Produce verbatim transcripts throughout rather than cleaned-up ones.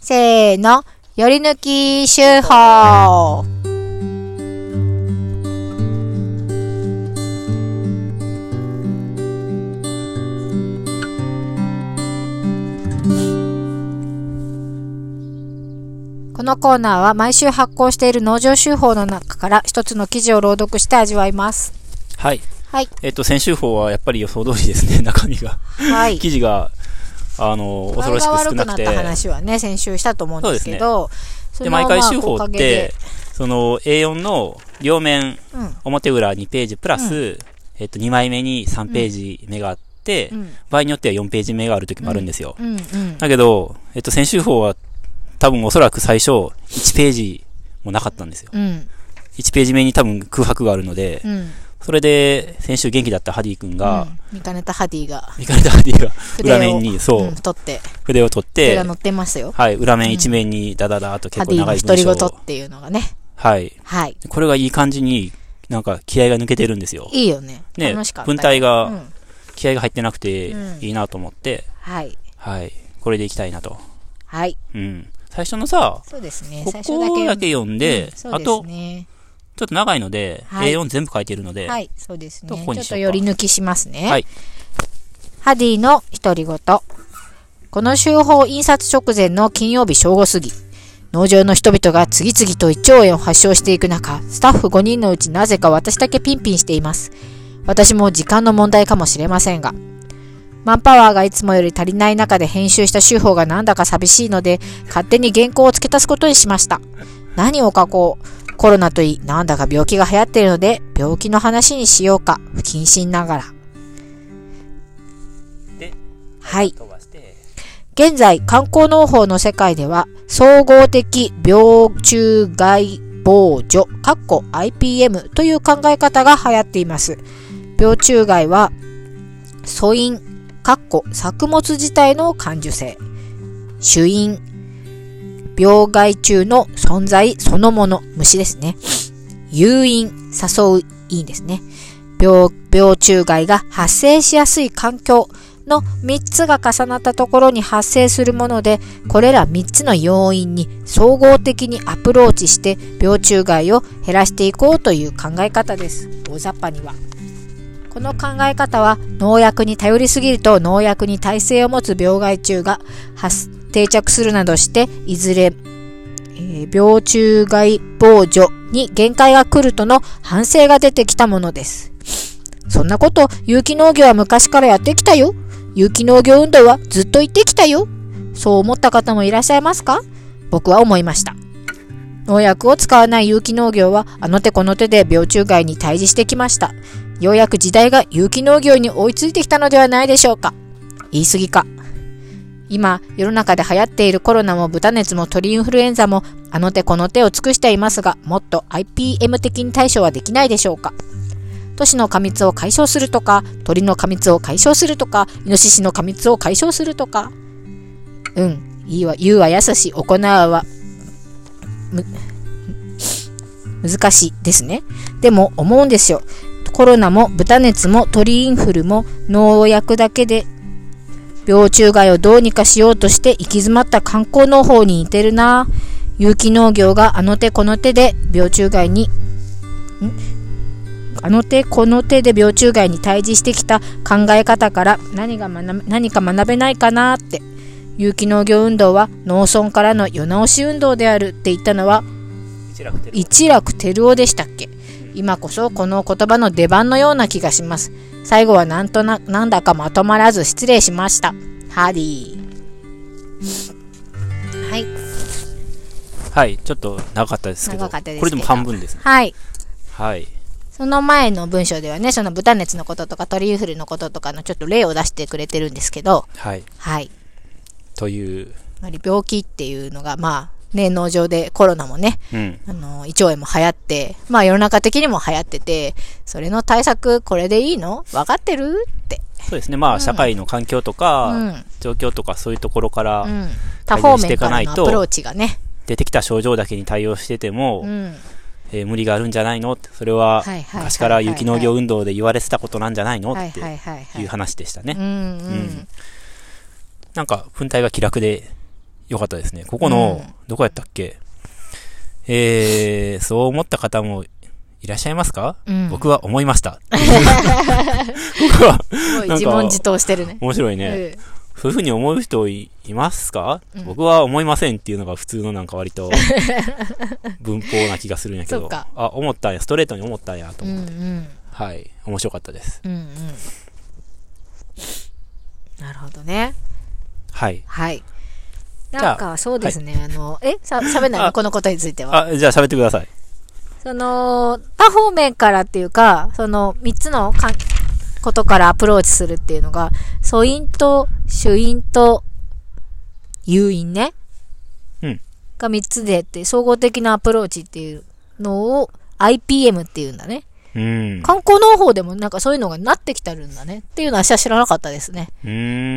せーの、より抜き手法。このコーナーは毎週発行している農場手法の中から一つの記事を朗読して味わいます。 はい。 はい。 えっと、先週法はやっぱり予想通りですね、中身が。はい。記事が、あの、恐ろしく少なくて。 悪くなった話はね、先週したと思うんですけど。 そうですね。で、毎回手法って、その エーよん の両面、うん、表裏にページプラス、うん、えっと、にまいめにさんページ目があって、うん、場合によってはよんページ目がある時もあるんですよ。うんうんうん、だけど、えっと、先週法は、多分おそらく最初いちページもなかったんですよ。うん、いちページ目に多分空白があるので、うん、それで先週元気だったハディ君が、うん、 見かねたハディが、 見かねたハディが裏面にそう、 うん、取って筆を取って、 筆が載ってますよ。 はい、裏面一面にダダダーと結構長い文章を、ハディの独り言っていうのがね。 はい。はい。これがいい感じになんか気合が抜けてるんですよ。 いいよね。 ね、 楽しかった。 文体が気合が入ってなくていいなと思って、うん、はい。はい。これでいきたいなと。 はい。 うん。最初のさ、 そうですね、 ここだけ読んで、うん、あと、ね、ちょっと長いので、はい、エーよん 全部書いてるので、 はい、そうですね。ここちょっと寄り抜きしますね。 はい。 ハディの独り言。この週報印刷直前の金曜日正午過ぎ、農場の人々が次々といっちょうえんを発症していく中、スタッフごにんのうちなぜか私だけピンピンしています。私も時間の問題かもしれませんが、マンパワーがいつもより足りない中で編集した手法がなんだか寂しいので、勝手に原稿を付け足すことにしました。何を書こう。コロナといい、なんだか病気が流行っているので、病気の話にしようか。不謹慎ながら。 で、 はい。現在、観光農法の世界では、総合的病虫害防除、かっこ アイピーエム という考え方が流行っています。病虫害は、素因、かっこ作物自体の感受性。主因、病害虫の存在そのもの、虫ですね。誘因、誘う因ですね。病、病虫害が発生しやすい環境のみっつが重なったところに発生するもので、これらみっつの要因に総合的にアプローチして病虫害を減らしていこうという考え方です。大雑把には。この考え方は農薬に頼りすぎると農薬に耐性を持つ病害虫が定着するなどしていずれ、えー、病虫害防除に限界が来るとの反省が出てきたものです。そんなこと有機農業は昔からやってきたよ。有機農業運動はずっと言ってきたよ。そう思った方もいらっしゃいますか？僕は思いました。農薬を使わない有機農業はあの手この手で病虫害に対峙してきました。ようやく時代が有機農業に追いついてきたのではないでしょうか。言い過ぎか。今、世の中で流行っているコロナも豚熱も鳥インフルエンザもあの手この手を尽くしていますが、もっと アイピーエム 的に対処はできないでしょうか。都市の過密を解消するとか、鳥の過密を解消するとか、イノシシの過密を解消するとか。うん、言うは、言うはやすし、行うは、む、難しいですね。でも思うんですよ。コロナも豚熱も鳥インフルも農薬だけで病虫害をどうにかしようとして行き詰まった観光農法に似てるな。有機農業があの手この手で病虫害にんあの手この手で病虫害に対峙してきた考え方から何が学何か学べないかなって。有機農業運動は農村からの世直し運動であるって言ったのは一楽照夫でしたっけ。今こそこの言葉の出番のような気がします。最後はなんとななんだかまとまらず失礼しました。ハディ。はい。 はい、ちょっと長かったですけど、これでも半分ですね。 はい。 はい。 その前の文章ではね、その豚熱のこととか鳥インフルのこととかのちょっと例を出してくれてるんですけど、 はい。 はい。 という。 つまり病気っていうのがまあ。ね、農場でコロナもね、うん、あの、胃腸炎も流行って、まあ世の中的にも流行ってて、それの対策これでいいの？分かってる？って。 そうですね。まあ、うん、社会の環境とか、うん、状況とかそういうところから対応していかないと、うん、多方面からのアプローチがね、 出てきた症状だけに対応してても、うんえー、無理があるんじゃないのって、それは昔から有機農業運動で言われてたことなんじゃないのっていう話でしたね。なんか、文体が気楽で、 良かったですね。ここの、うん、どこやったっけ？えー、そう思った方もいらっしゃいますか？うん、僕は思いました。僕は、なんか、 自問自答してるね。 面白いね。うん、そういうふうに思う人 い, いますか？うん、僕は思いませんっていうのが普通のなんか割と文法な気がするんやけど、あ、思ったんや、ストレートに思ったんやと思って、うんうん、はい、面白かったです。うんうん、 なるほどね。 はい。 はい。なんかそうですね、はい、あの、え、さ、喋んないのこのことについては。 あ、じゃあ喋ってください。 その、他方面からっていうか、そのみっつのかんことからアプローチするっていうのが、素因と主因と誘因ね。うん。がみっつでって、総合的なアプローチっていうのを アイピーエム っていうんだね。うん。観光農法でもなんかそういうのがなってきてるんだね。っていうのは私は知らなかったですね。うん。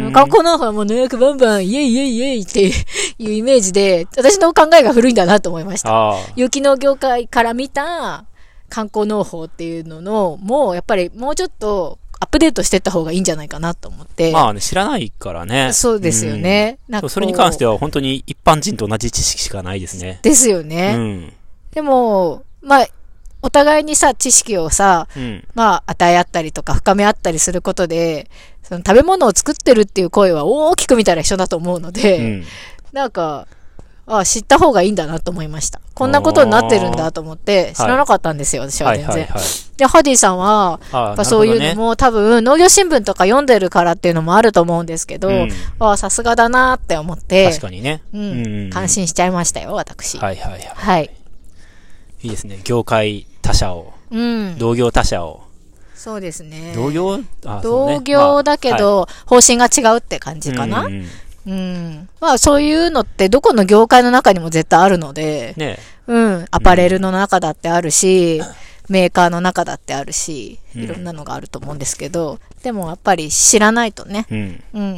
観光農法はもう農薬バンバン、イェイイェイイェイっていうイメージで、私の考えが古いんだなと思いました。有機農業界から見た観光農法っていうのの、もうやっぱりもうちょっとアップデートしていった方がいいんじゃないかなと思って。 まあね、知らないからね。 そうですよね。 うん、なんかそれに関しては本当に一般人と同じ知識しかないですね。 ですよね。うん。でも、まあ、お互いにさ、知識をさ、うん、まあ、与え合ったりとか深め合ったりすることで、その食べ物を作ってるっていう声は大きく見たら一緒だと思うので、うん、なんか、あ、知った方がいいんだなと思いました。こんなことになってるんだと思って知らなかったんですよ、はい、私は全然。はいはいはい、で、ハディさんは、やっぱそういうのも、ね、多分農業新聞とか読んでるからっていうのもあると思うんですけど、うん、あ、さすがだなって思って、 確かにね、 うんうん、感心しちゃいましたよ、私。 はいはいはい。 はい。 いいですね。業界他社を、うん、同業他社を。 そうですね。 同業、 あ、同業だけど、まあ、方針が違うって感じかな。うんうんうん。まあそういうのってどこの業界の中にも絶対あるので、ね、うん。アパレルの中だってあるし、うん、メーカーの中だってあるし、いろんなのがあると思うんですけど、うん、でもやっぱり知らないとね。うん。うんうん。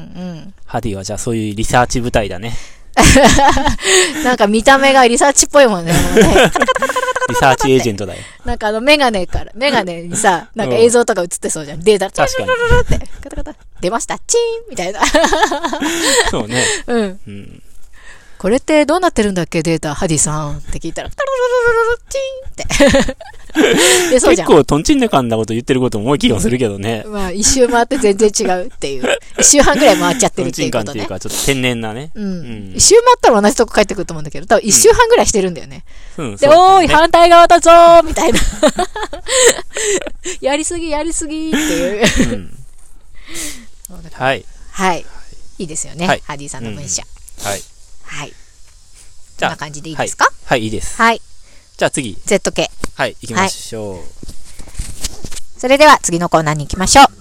ハディはじゃあそういうリサーチ部隊だね。 なんか見た目がリサーチっぽいもんね。 リサーチエージェントだよ。 なんかあのメガネから、メガネにさ、なんか映像とか映ってそうじゃん。データ、 確かに。 って、カタカタ、出ました、チーンみたいな。 そうね。 うん。うん、これってどうなってるんだっけ、データ、ハディさんって聞いたら、タルルルルルルチーンって。でそうじゃん。 結構トンチンで噛んだこと言ってることも多い気がするけどね。 まあ一周回って全然違うっていう。一周半ぐらい回っちゃってるっていうことね。トンチン感っていうかちょっと天然なね。うん。うん、一周回ったら同じとこ帰ってくると思うんだけど、多分一周半ぐらいしてるんだよね。うん。で、ね、おーい、反対側だぞーみたいな。やりすぎやりすぎっていう。うん、 はい。 はい。いいですよね。はい、ハディさんの文章、 うん。はい。 はい。こんな感じでいいですか？ はい、はい、いいです。 はい。 じゃあ次。 ゼットケー。 はい、行きましょう、はい。 それでは次のコーナーに行きましょう。